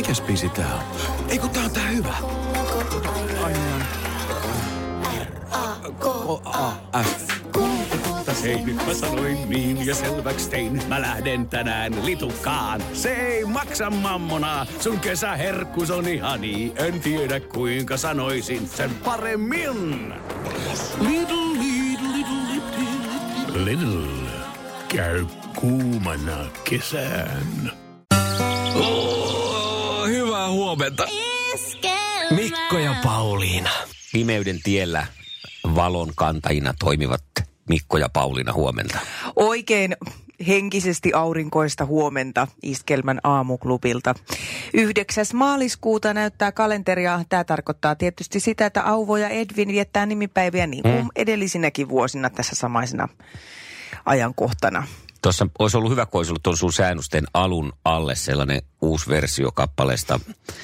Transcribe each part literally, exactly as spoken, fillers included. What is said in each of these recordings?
Mikäs biisi tää on? Ei kun tää on tää hyvä. Hei, nyt mä sanoin niin ja selväks tein. Mä lähden tänään litukaan. Se ei maksa mammonaa. Sun kesäherkkus on ihani. En tiedä kuinka sanoisin sen paremmin. Lidl, Lidl, Lidl, Lidl. Lidl. Käy kuumana kesään. Oh, hyvää huomenta. Mikko ja Pauliina. Pimeyden tiellä valon kantajina toimivat Mikko ja Pauliina, huomenta. Oikein henkisesti aurinkoista huomenta Iskelmän aamuklubilta. yhdeksäs maaliskuuta näyttää kalenteria. Tämä tarkoittaa tietysti sitä, että Auvo ja Edvin viettää nimipäiviä niin kuin mm. edellisinäkin vuosina tässä samaisena ajankohtana. Tuossa olisi ollut hyvä, kun olisi ollut tuon sun säännösten alun alle sellainen uusi versio kappaleesta.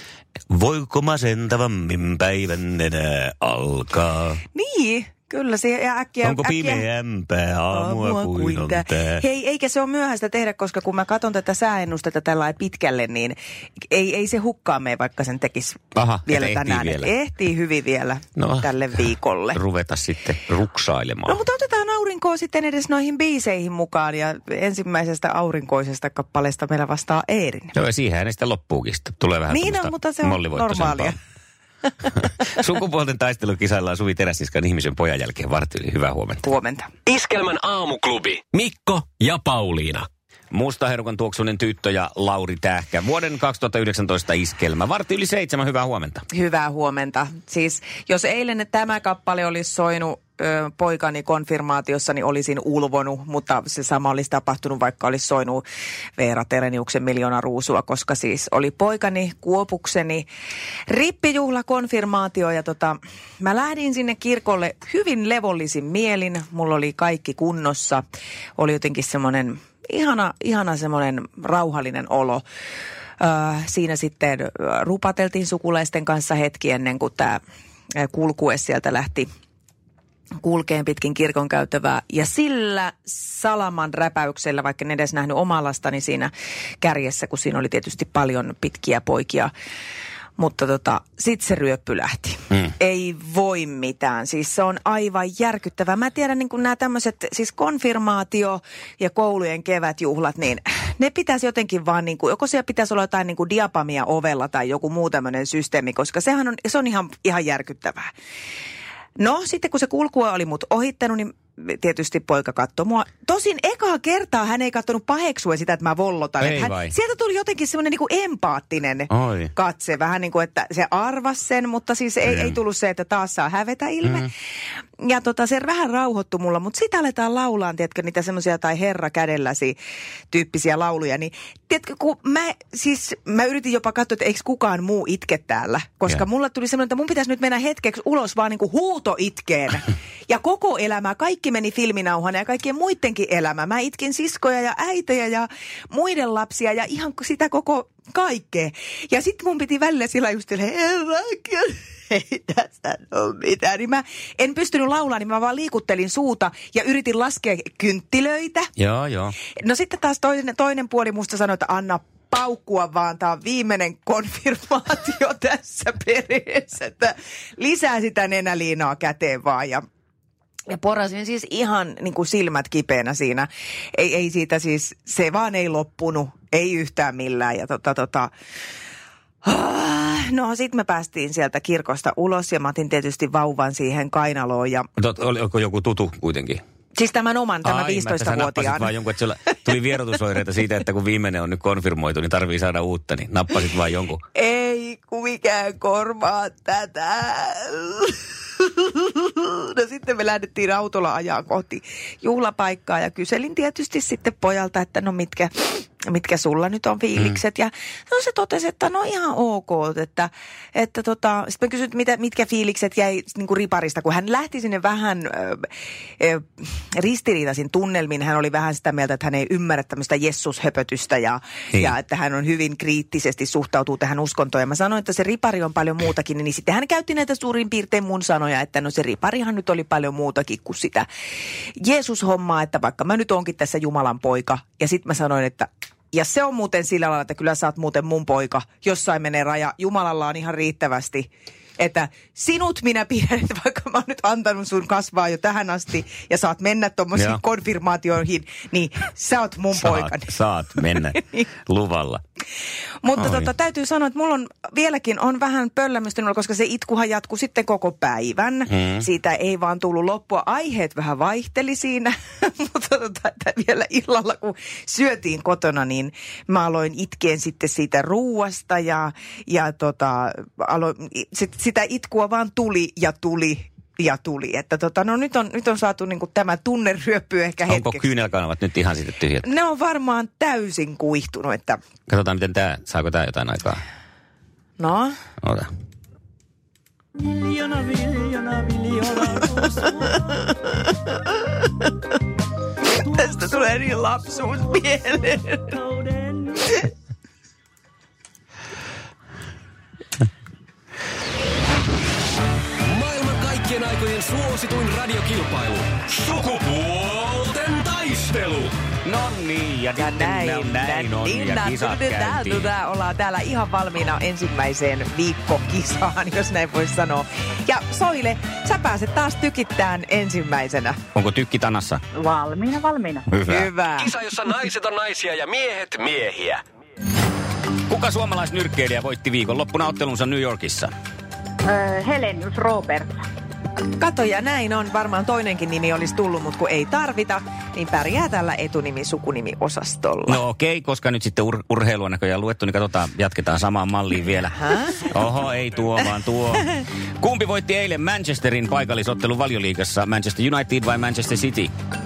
Voiko masentavammin päivän enää alkaa? Niin, kyllä se äkkiä... Onko äkkiä, pimeämpää aamua, aamua kuin, kuin on tää? Hei, eikä se ole myöhäistä tehdä, koska kun mä katson tätä sääennustetta tällä pitkälle, niin ei, ei se hukkaa mene, vaikka sen tekisi Aha, vielä tänään. Vielä. Ehtii hyvin vielä no, tälle viikolle. Ruveta sitten ruksailemaan. No, mutta otetaan aurinkoa sitten edes noihin biiseihin mukaan, ja ensimmäisestä aurinkoisesta kappaleesta meillä vastaa Eerin. Joo, ja siihen ei sitä loppuukin. Tulee vähän niin on, mutta se on normaalia. Sukupuolten taistelukisaillaan Suvi Teräsniskan ihmisen pojan jälkeen vartyyli. Hyvää huomenta. Huomenta. Iskelmän aamuklubi. Mikko ja Pauliina. Mustaherukan tuoksunen tyttö ja Lauri Tähkä. Vuoden kaksituhattayhdeksäntoista Iskelmä. Vartti yli seitsemän. Hyvää huomenta. Hyvää huomenta. Siis jos eilen tämä kappale olisi soinut ö, poikani konfirmaatiossa, niin olisin ulvonut, mutta se sama olisi tapahtunut, vaikka olisi soinut Veera Tereniuksen Miljoona ruusua, koska siis oli poikani, kuopukseni, rippijuhla, konfirmaatio ja tota, mä lähdin sinne kirkolle hyvin levollisin mielin. Mulla oli kaikki kunnossa. Oli jotenkin semmoinen ihana, ihana semmoinen rauhallinen olo. Äh, siinä sitten rupateltiin sukulaisten kanssa hetki ennen kuin tämä kulkue sieltä lähti kulkeen pitkin kirkon käytävää. Ja sillä salaman räpäyksellä, vaikka en edes nähnyt omaa lastani siinä kärjessä, kun siinä oli tietysti paljon pitkiä poikia. Mutta tota, sit se ryöppy lähti. Mm. Ei voi mitään. Siis se on aivan järkyttävää. Mä tiedän niin kuin nämä tämmöiset, siis konfirmaatio ja koulujen kevätjuhlat, niin ne pitäisi jotenkin vaan niin kuin, joko siellä pitäisi olla jotain niin kuin diapamia ovella tai joku muu tämmöinen systeemi, koska sehän on, se on ihan, ihan järkyttävää. No sitten kun se kulkue oli mut ohittanut, niin tietysti poika katsoi mua. Tosin ekaa kertaa hän ei katsonut paheksua sitä, että mä vollotan. Ei hän, vai? Sieltä tuli jotenkin semmoinen niin kuin empaattinen Oi. katse. Vähän niin kuin, että se arvasi sen, mutta siis ei, ei tullut se, että taas saa hävetä ilme. Mm. Ja tota, se vähän rauhoittui mulla, mutta sitä aletaan laulaan, tiedätkö, niitä semmoisia tai herra kädelläsi tyyppisiä lauluja. Niin, tiedätkö, kun mä, siis mä yritin jopa katsoa, että eikö kukaan muu itke täällä. Koska yeah. mulla tuli semmoinen, että mun pitäisi nyt mennä hetkeksi ulos vaan niin kuin huuto itkeen. Ja koko elämä, kaikki meni filminauhana ja kaikkien muidenkin elämä. Mä itkin siskoja ja äitejä ja muiden lapsia ja ihan sitä koko kaikkea. Ja sitten mun piti välillä sillä just, että ei tässä ole mitään. Niin mä en pystynyt laulamaan, niin mä vaan liikuttelin suuta ja yritin laskea kynttilöitä. Joo, joo. No sitten taas toinen, toinen puoli musta sanoi, että anna paukkua vaan, tää on viimeinen konfirmaatio tässä perheessä, että lisää sitä nenäliinaa käteen vaan ja Ja porasin siis ihan niin kuin silmät kipeänä siinä. Ei, ei siitä siis, se vaan ei loppunut, ei yhtään millään. Ja tota, tota, no sit me päästiin sieltä kirkosta ulos ja mä otin tietysti vauvan siihen kainaloon. Ja Tot, oliko joku tutu kuitenkin? Siis tämän oman, tämän viisitoistavuotiaan. Vaan jonkun, että sulla tuli vierotusoireita siitä, että kun viimeinen on nyt konfirmoitu, niin tarvii saada uutta, niin nappasit vaan jonkun. Ei kun mikään korvaa tätä. No sitten me lähdettiin autolla ajaa kohti juhlapaikkaa ja kyselin tietysti sitten pojalta, että no mitkä, mitkä sulla nyt on fiilikset. Mm. Ja no se totesi, että no ihan ok, että, että tota, sitten mä kysyin, mitä, mitkä fiilikset jäi niin kuin riparista, kun hän lähti sinne vähän ö, ö, ristiriitaisin tunnelmiin. Hän oli vähän sitä mieltä, että hän ei ymmärrä tämmöistä Jessus-höpötystä ja, niin. ja että hän on hyvin kriittisesti suhtautuu tähän uskontoon. Ja mä sanoin, että se ripari on paljon muutakin, niin sitten hän käytti näitä suurin piirtein mun sanoja, että no se riparihan nyt oli paljon muutakin kuin sitä Jeesus-hommaa, että vaikka mä nyt onkin tässä Jumalan poika. Ja sitten mä sanoin, että Ja se on muuten sillä lailla, että kyllä sä oot muuten mun poika. Jossain menee raja. Jumalalla on ihan riittävästi. Että sinut minä pidän, että vaikka mä oon nyt antanut sun kasvaa jo tähän asti ja saat mennä tommosiin Joo. konfirmaatioihin, niin sä oot mun saat, poikani. Saat mennä luvalla. Mutta Oi. tota, täytyy sanoa, että mulla on vieläkin on vähän pöllämystynyt, koska se itkuhan jatkuu sitten koko päivän. Mm. Siitä ei vaan tullut loppua. Aiheet vähän vaihteli siinä, mutta tota, vielä illalla kun syötiin kotona, niin mä aloin itkeen sitten siitä ruuasta ja, ja tota, aloin, sit, sitä itkua vaan tuli ja tuli. Ja tuli. Että tota, no nyt on, nyt on saatu niinku tämä tunneryöppy ehkä hetkeksi. Onko kyynelkanavat nyt ihan sitten tyhjät? Ne on varmaan täysin kuihtunut, että... Katsotaan, miten tää, saako tää jotain aikaa? No? Ota. Viljana, viljana, viljana, Tästä tulee niin lapsuus mieleen. Maailman kaikkien aikojen suosituin radiokilpailu. Sukupuolten taistelu. No niin, ja, Ja nyt näin, näin on, näin, ja näin, kisat näin, käyntiin. näin, ollaan täällä ihan valmiina ensimmäiseen viikkokisaan, jos näin voisi sanoa. Ja Soile, sä pääset taas tykittämään ensimmäisenä. Onko tykki tanassa? Valmiina, valmiina. Hyvä. Hyvä. Kisa, jossa naiset on naisia ja miehet miehiä. Kuka suomalaisnyrkkeilijä voitti viikonloppuna ottelunsa New Yorkissa? Öö, Helenius Robert. Kato, ja näin on. Varmaan toinenkin nimi olisi tullut, mutta kun ei tarvita, niin pärjää tällä etunimi-sukunimi-osastolla. No okei, okay, koska nyt sitten ur- urheilu on näköjään luettu, niin katsotaan, jatketaan samaan malliin vielä. Häh? Oho, ei tuo, vaan tuo. Kumpi voitti eilen Manchesterin paikallisottelun Valioliigassa? Manchester United vai Manchester City?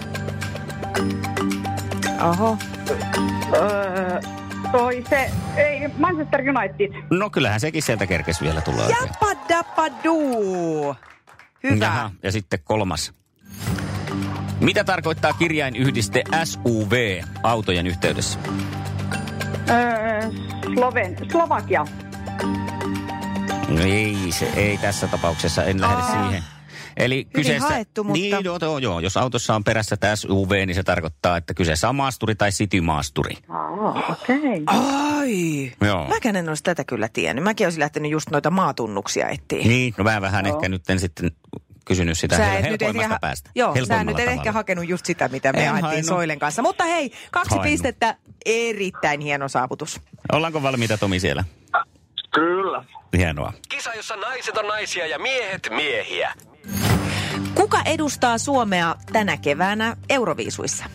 Oho. Öö, toi se, ei, Manchester United. No kyllähän sekin sieltä kerkesi vielä tulla oikein. Japadapadu. Hyvä. Jaha, ja sitten kolmas. Mitä tarkoittaa kirjainyhdiste S U V autojen yhteydessä? Öö, Sloven, Slovakia. No ei, se ei tässä tapauksessa, en lähde Aa. siihen. Eli kyseessä, haettu, mutta- Niin, joo, joo, joo, jos autossa on perässä tämä S U V, niin se tarkoittaa, että kyseessä on maasturi tai citymaasturi. Aa, okei. Ai. Joo. Mäkään en olisi tätä kyllä tiennyt. Mäkin olisin lähtenyt just noita maatunnuksia etsiä. Niin, no mä vähän ehkä nyt en sitten kysynyt sitä Sä hel- et nyt helpoimmasta ehkä, päästä. Joo, sä Helpoimmalla nyt et tavalla. ehkä hakenut just sitä, mitä me En haettiin hainut. Soilen kanssa. Mutta hei, kaksi Hainut. pistettä, erittäin hieno saavutus. Ollaanko valmiita, Tomi, siellä? Kyllä. Hienoa. Kisa, jossa naiset on naisia ja miehet miehiä. Kuka edustaa Suomea tänä keväänä Euroviisuissa?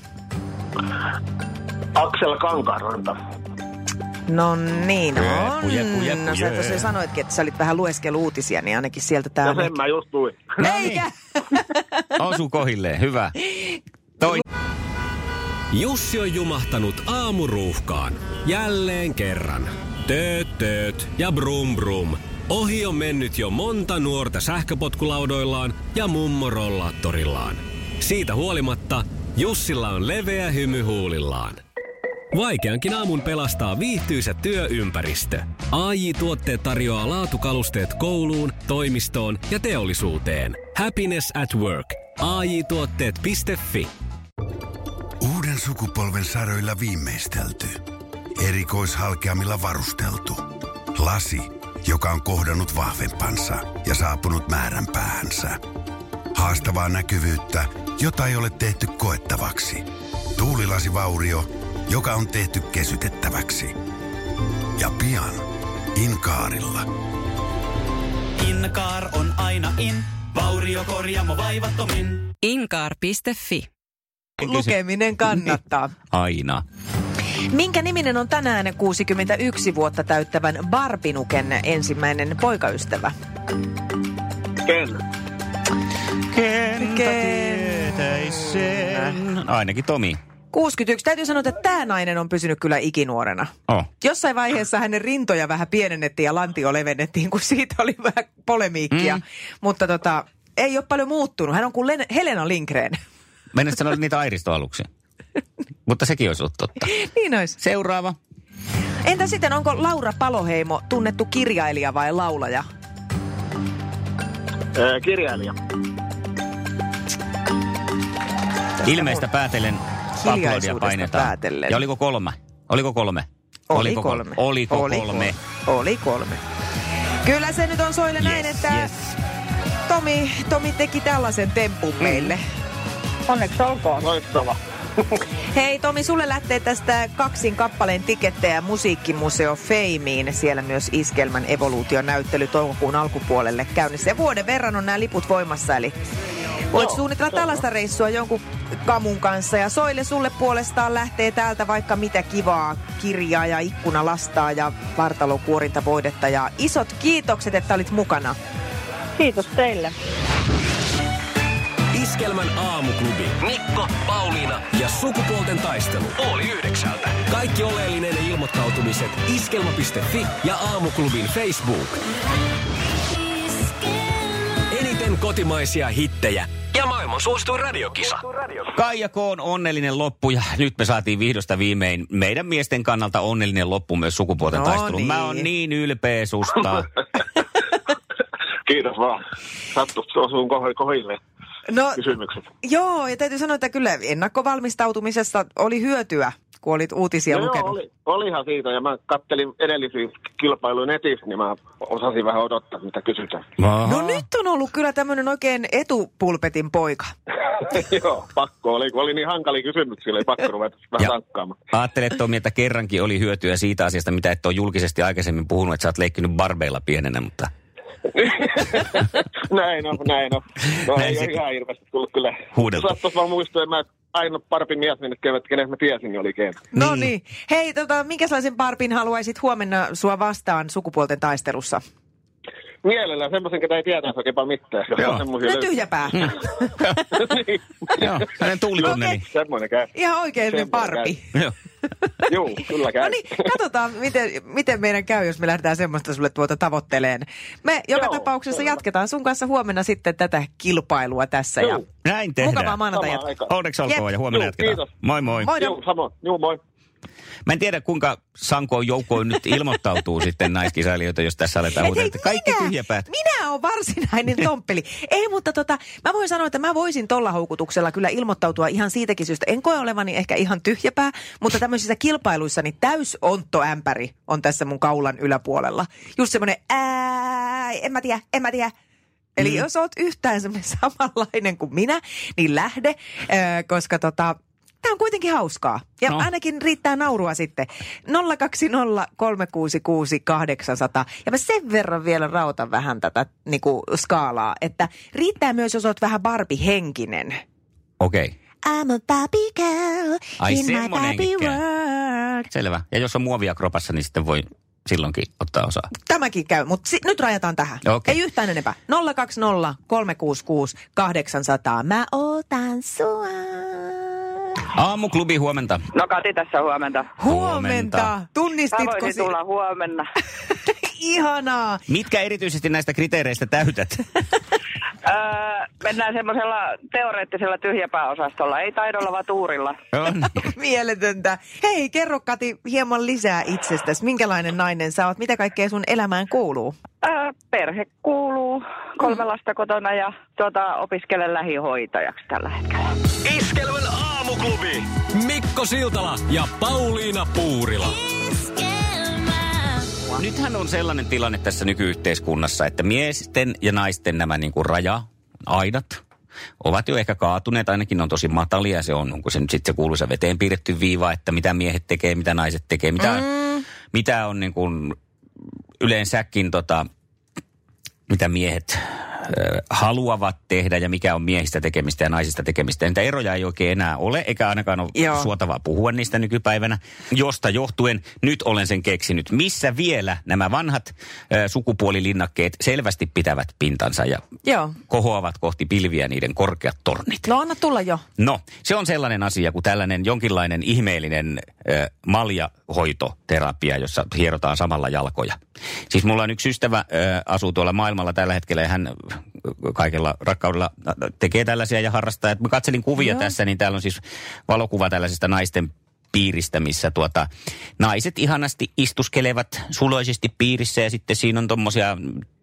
Aksel Kankaanranta. No niin Jeppu, on. jeppu, jeppu, no sä jee. tosiaan sanoitkin, että sä olit vähän lueskellut uutisia, niin ainakin sieltä tää Ja on. sen mä just luin. Eikä! Osu kohilleen, hyvä. Toi. Jussi on jumahtanut aamuruuhkaan. Jälleen kerran. Tööt, tööt ja brum brum. Ohi on mennyt jo monta nuorta sähköpotkulaudoillaan ja mummorollaattorillaan. Siitä huolimatta Jussilla on leveä hymy huulillaan. Vaikeankin aamun pelastaa viihtyisä työympäristö. A J-tuotteet tarjoaa laatukalusteet kouluun, toimistoon ja teollisuuteen. Happiness at work. A J tuotteet piste fi. Uuden sukupolven saroilla viimeistelty. Erikoishalkeamilla varusteltu. Lasi, joka on kohdannut vahvempansa ja saapunut määränpäähänsä. Haastavaa näkyvyyttä, jota ei ole tehty koettavaksi. Tuulilasivaurio, joka on tehty kesytettäväksi. Ja pian Inkaarilla. Inkaar on aina in, vauriokorjaamo vaivattomin. Inkaar piste fi. Lukeminen kannattaa. Aina. Minkä niminen on tänään kuusikymmentäyksi vuotta täyttävän Barbinuken ensimmäinen poikaystävä? Ken. Kenta Ken. tietäis sen. Ainakin Tomi. kuusikymmentäyksi. Täytyy sanoa, että tämä nainen on pysynyt kyllä ikinuorena. Oh. Jossain vaiheessa hänen rintoja vähän pienennettiin ja lantio levennettiin, kun siitä oli vähän polemiikkia. Mm. Mutta tota, ei ole paljon muuttunut. Hän on kuin Len- Helena Lindgren. Mennessä sanoa niitä Airisto-aluksia. Mutta sekin olisi ollut totta. Niin olisi. Seuraava. Entä sitten, onko Laura Paloheimo tunnettu kirjailija vai laulaja? Ee, kirjailija. Ilmeistä päätellen aplodia Hiljaisuudesta painetaan. päätellen. Ja oliko kolme? Oliko kolme? Oli Oliko kolme. Oliko Oli kolme? Oli kolme. Kyllä se nyt on Soile näin, Yes, että yes. Tomi, Tomi teki tällaisen tempun meille. Onneksi olkoon. Loistava. Hei Tomi, sulle lähtee tästä kaksin kappaleen tikettejä Musiikkimuseo Feimiin. Siellä myös Iskelmän evoluutionäyttely toukokuun alkupuolelle käynnissä. Ja vuoden verran on nämä liput voimassa, eli voit Joo, suunnitella se on. tällaista reissua jonkun kamun kanssa. Ja Soile sulle puolestaan lähtee täältä vaikka mitä kivaa kirjaa ja ikkunalastaa ja vartalokuorintavoidetta. Ja isot kiitokset, että olit mukana. Kiitos teille. Iskelmän aamuklubi. Mikko, Pauliina ja sukupuolten taistelu. Oli yhdeksältä. Kaikki oleellinen ilmoittautumiset iskelma piste fi ja aamuklubin Facebook. Eniten kotimaisia hittejä ja maailman suosituin radiokisa. Kaija K:n onnellinen loppu ja nyt me saatiin vihdosta viimein meidän miesten kannalta onnellinen loppu myös sukupuolten No taisteluun. Mä niin. oon niin ylpeä susta. Kiitos vaan. Sattu osuun koh- kohille No kysymykset. joo, ja täytyy sanoa, että kyllä ennakkovalmistautumisessa oli hyötyä, kun olit uutisia Joo, lukenut. oli, olihan siitä, ja mä kattelin edellisiä kilpailuja netissä, niin mä osasin vähän odottaa, mitä kysytään. No nyt on ollut kyllä tämmöinen oikein etupulpetin poika. Joo, pakko oli, kun oli niin hankalia kysymyksiä, oli pakko ruveta vähän Ja tankkaamaan. ajattelet Tomi, että kerrankin oli hyötyä siitä asiasta, mitä et ole julkisesti aikaisemmin puhunut, että sä oot leikkinyt barbeilla pienenä, mutta... näin on, näin on. No Näin ei se- ole ihan hirveästi tullut kyllä. Huudeltu. Saattais vaan muistua, että mä ainoa parpin mies, niin kenet mä tiesin, niin oli Ken. No niin. Hei, tota, minkälaisen parpin haluaisit huomenna sua vastaan sukupuolten taistelussa? Mielellään semmoisen, ketä ei tietäisi oikein paljon mitään. Joo. Semmosia No löytyy. tyhjäpää. niin. Joo, hänen tuulitunneli. Semmoinen käy. Ihan oikein Semmoinen parpi. Joo. Joo, kyllä käy. No niin, katsotaan, miten, miten meidän käy, jos me lähdetään semmoista sulle tuota tavoitteleen. Me joka Joo, tapauksessa kyllä. jatketaan sun kanssa huomenna sitten tätä kilpailua tässä. Ja Joo. Näin tehdään. mukavaa maanantai Samaan jatkoa. aikaan. Onneksi olkoon Jep. ja huomenna Juu, jatketaan. kiitos. Moi moi. Moi. Joo, samoin. Joo, moi. Mä en tiedä, kuinka sankoon joukkoon nyt ilmoittautuu sitten naiskisailijoita, jos tässä aletaan Hei, huutaa, että kaikki minä, tyhjäpäät. minä olen varsinainen tomppeli. Ei, mutta tota, mä voin sanoa, että mä voisin tolla houkutuksella kyllä ilmoittautua ihan siitäkin syystä. En koe olevani ehkä ihan tyhjäpää, mutta tämmöisissä kilpailuissa niin täys onttoämpäri on tässä mun kaulan yläpuolella. Just semmoinen ää, en mä tiedä, en mä tiedä. Eli mm. jos oot yhtään semmoinen samanlainen kuin minä, niin lähde, äh, koska tota... Tämä on kuitenkin hauskaa. Ja No. no. ainakin riittää naurua sitten. nolla kaksi nolla kolme kuusi kuusi kahdeksan nolla nolla. Ja mä sen verran vielä rautan vähän tätä niinku, skaalaa, että riittää myös, jos oot vähän Barbie-henkinen. Okei, okay. I'm a Barbie girl Ai, in my semmonenkin Barbie käy. world. Selvä. Ja jos on muovia kropassa, niin sitten voi silloinkin ottaa osaa. Tämäkin käy, mutta si- nyt rajataan tähän. Okei. Ei yhtään enempää. nolla kaksi nolla kolme kuusi kuusi kahdeksan nolla nolla. Mä otan sua. Aamuklubi, huomenta. No Kati tässä huomenta. Huomenta. Huomenta. Mä Tunnistitko voisin si- tulla huomenna. Ihanaa. Mitkä erityisesti näistä kriteereistä täytät? öö, mennään semmoisella teoreettisella tyhjäpääosastolla, ei taidolla vaan tuurilla. On. Mieletöntä. Hei, kerro Kati hieman lisää itsestäsi. Minkälainen nainen sä oot? Mitä kaikkea sun elämään kuuluu? Öö, perhe kuuluu, kolme lasta kotona ja tuota, opiskelen lähihoitajaksi tällä hetkellä. Iskelmän aamuklubi. Mikko Siltala ja Pauliina Puurila. Nythän on sellainen tilanne tässä nykyyhteiskunnassa, että miesten ja naisten nämä niin kuin raja-aidat ovat jo ehkä kaatuneet, ainakin on tosi matalia ja se on, onko se nyt sitten se kuuluisa veteen piirretty viiva, että mitä miehet tekee, mitä naiset tekee, mitä, mm. mitä on niin kuin yleensäkin tota, mitä miehet ö, haluavat tehdä ja mikä on miehistä tekemistä ja naisista tekemistä. Niitä eroja ei oikein enää ole, eikä ainakaan ole Joo. suotavaa puhua niistä nykypäivänä. Josta johtuen nyt olen sen keksinyt. Missä vielä nämä vanhat ö, sukupuolilinnakkeet selvästi pitävät pintansa ja Joo. kohoavat kohti pilviä niiden korkeat tornit. No anna tulla jo. No, se on sellainen asia kuin tällainen jonkinlainen ihmeellinen ö, maljahoitoterapia, jossa hierotaan samalla jalkoja. Siis mulla on yksi ystävä, ö, asuu tuolla maailmalla tällä hetkellä ja hän ö, kaikella rakkaudella tekee tällaisia ja harrastaa. Et mä katselin kuvia no. tässä, niin täällä on siis valokuva tällaisista naisten piiristä, missä tuota, naiset ihanasti istuskelevat suloisesti piirissä ja sitten siinä on tommosia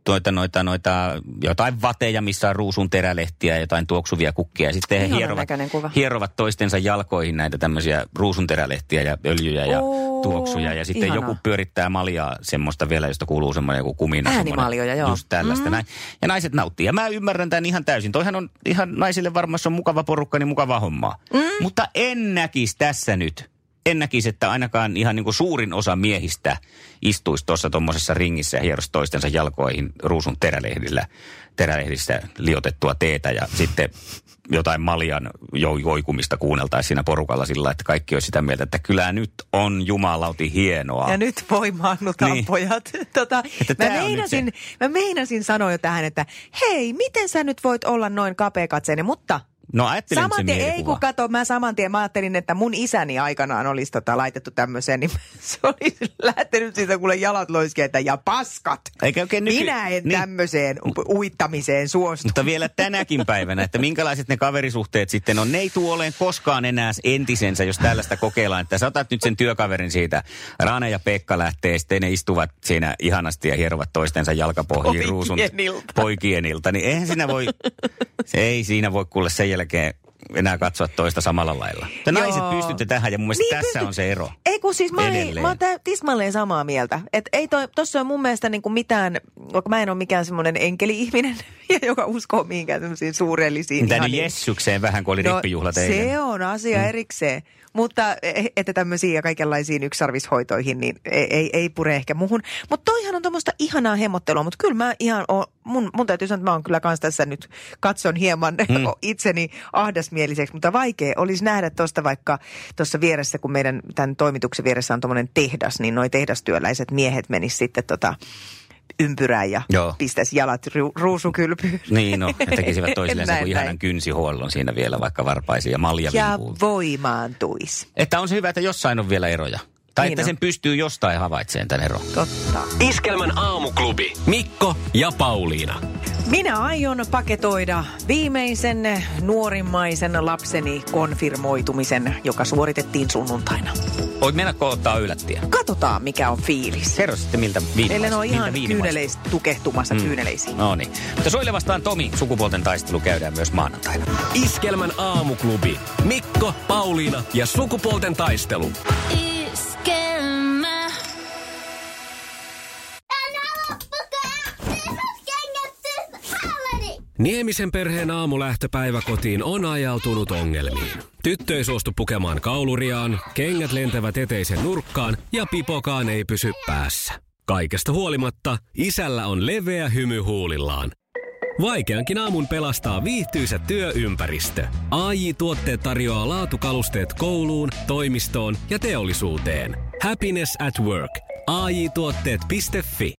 noita, noita, noita, jotain vateja, missä on ruusun terälehtiä ja jotain tuoksuvia kukkia. Ja sitten he hierovat, hierovat toistensa jalkoihin näitä tämmöisiä ruusun terälehtiä ja öljyjä ja oh, tuoksuja. Ja sitten ihanaa. Joku pyörittää maljaa semmoista vielä, josta kuuluu semmoinen joku kumina. Äänimaljoja, joo. Just tällaista mm. näin. Ja naiset nauttii. Ja mä ymmärrän tämän ihan täysin. Toihan on ihan naisille varmasti on mukava porukka, niin mukava hommaa. Mm. Mutta en näkisi tässä nyt. En näkisi, että ainakaan ihan niin kuin suurin osa miehistä istuisi tuossa tuommoisessa ringissä ja hieroisi toistensa jalkoihin ruusun terälehdillä, terälehdissä liotettua teetä ja sitten jotain maljan joikumista kuunneltaisiin siinä porukalla sillä, että kaikki olisi sitä mieltä, että kyllä nyt on jumalauti hienoa. Ja nyt voimaannutaan niin. Pojat. Tota, mä, meinasin, mä meinasin sanoa jo tähän, että hei, miten sä nyt voit olla noin kapeakatseinen, mutta... No ajattelin, saman se tien, ei kun kato, mä saman tien, mä ajattelin, että mun isäni aikanaan olisi tota laitettu tämmöiseen, niin se olisi lähtenyt siitä, kuule jalat loiskeen, että ja paskat. Eikä oikein nyky... Minä en niin. tämmöiseen uittamiseen suostu. Mutta vielä tänäkin päivänä, että minkälaiset ne kaverisuhteet sitten on. Ne ei tule olemaan koskaan enää entisensä, jos tällaista kokeillaan. Että sä otat nyt sen työkaverin siitä, Rane ja Pekka lähtee, sitten ne istuvat siinä ihanasti ja hierovat toistensa jalkapohjiin ruusun poikienilta. Niin eihän siinä voi, se ei siinä voi kuule sen jälkeen enää katsoa toista samalla lailla. Te naiset pystytte tähän ja mun mielestä niin tässä pysty... on se ero. Ei kun siis mä, olin, mä oon tismalleen samaa mieltä. Että ei toi, tossa on mun mielestä niinku mitään, vaikka mä en ole mikään semmoinen enkeli-ihminen, joka uskoo mihinkään semmoisiin suurellisiin. Mitä nyt jessykseen vähän, kun oli no, rippijuhlat eilen. Se on asia mm. erikseen. Mutta että tämmöisiin ja kaikenlaisiin yksarvishoitoihin, niin ei, ei, ei pure ehkä muhun. Mutta toihan on tuommoista ihanaa hemmottelua, mutta kyllä mä ihan oon, mun, mun täytyy sanoa, että mä oon kyllä kans tässä nyt katson hieman mm. itseni ahdasmieliseksi, mutta vaikea olisi nähdä tuosta vaikka tuossa vieressä, kun meidän tämän toimituksen vieressä on tuommoinen tehdas, niin noi tehdastyöläiset miehet menis sitten tota... ympyrään ja Joo. pistäisi jalat ru- ruusukylpyyn. Niin, no, ne tekisivät toisilleen sen ihanan kynsihuollon siinä vielä, vaikka varpaisi ja malja ja voimaantuisi. Että on se hyvä, että jossain on vielä eroja. Tai niin että on. Sen pystyy jostain havaitsemaan tämän eron. Totta. Iskelmän aamuklubi. Mikko ja Pauliina. Minä aion paketoida viimeisen nuorimmaisen lapseni konfirmoitumisen, joka suoritettiin sunnuntaina. Voit mennäkö ottaa yllättiä? Katsotaan, mikä on fiilis. Kerro sitten, miltä viinimaista. Meillä on ihan kyyneleis, tukehtumassa mm. kyyneleisiin. No niin. Mutta Soille vastaan Tomi, sukupuolten taistelu käydään myös maanantaina. Iskelmän aamuklubi. Mikko, Pauliina ja sukupuolten taistelu. Iskelmä. Niemisen perheen aamulähtöpäivä kotiin on ajautunut ongelmiin. Tyttö ei suostu pukemaan kauluriaan, kengät lentävät eteisen nurkkaan ja pipokaan ei pysy päässä. Kaikesta huolimatta isällä on leveä hymy huulillaan. Vaikeankin aamun pelastaa viihtyisä työympäristö. A J-tuotteet tarjoaa laatukalusteet kouluun, toimistoon ja teollisuuteen. Happiness at work. A J tuotteet piste fi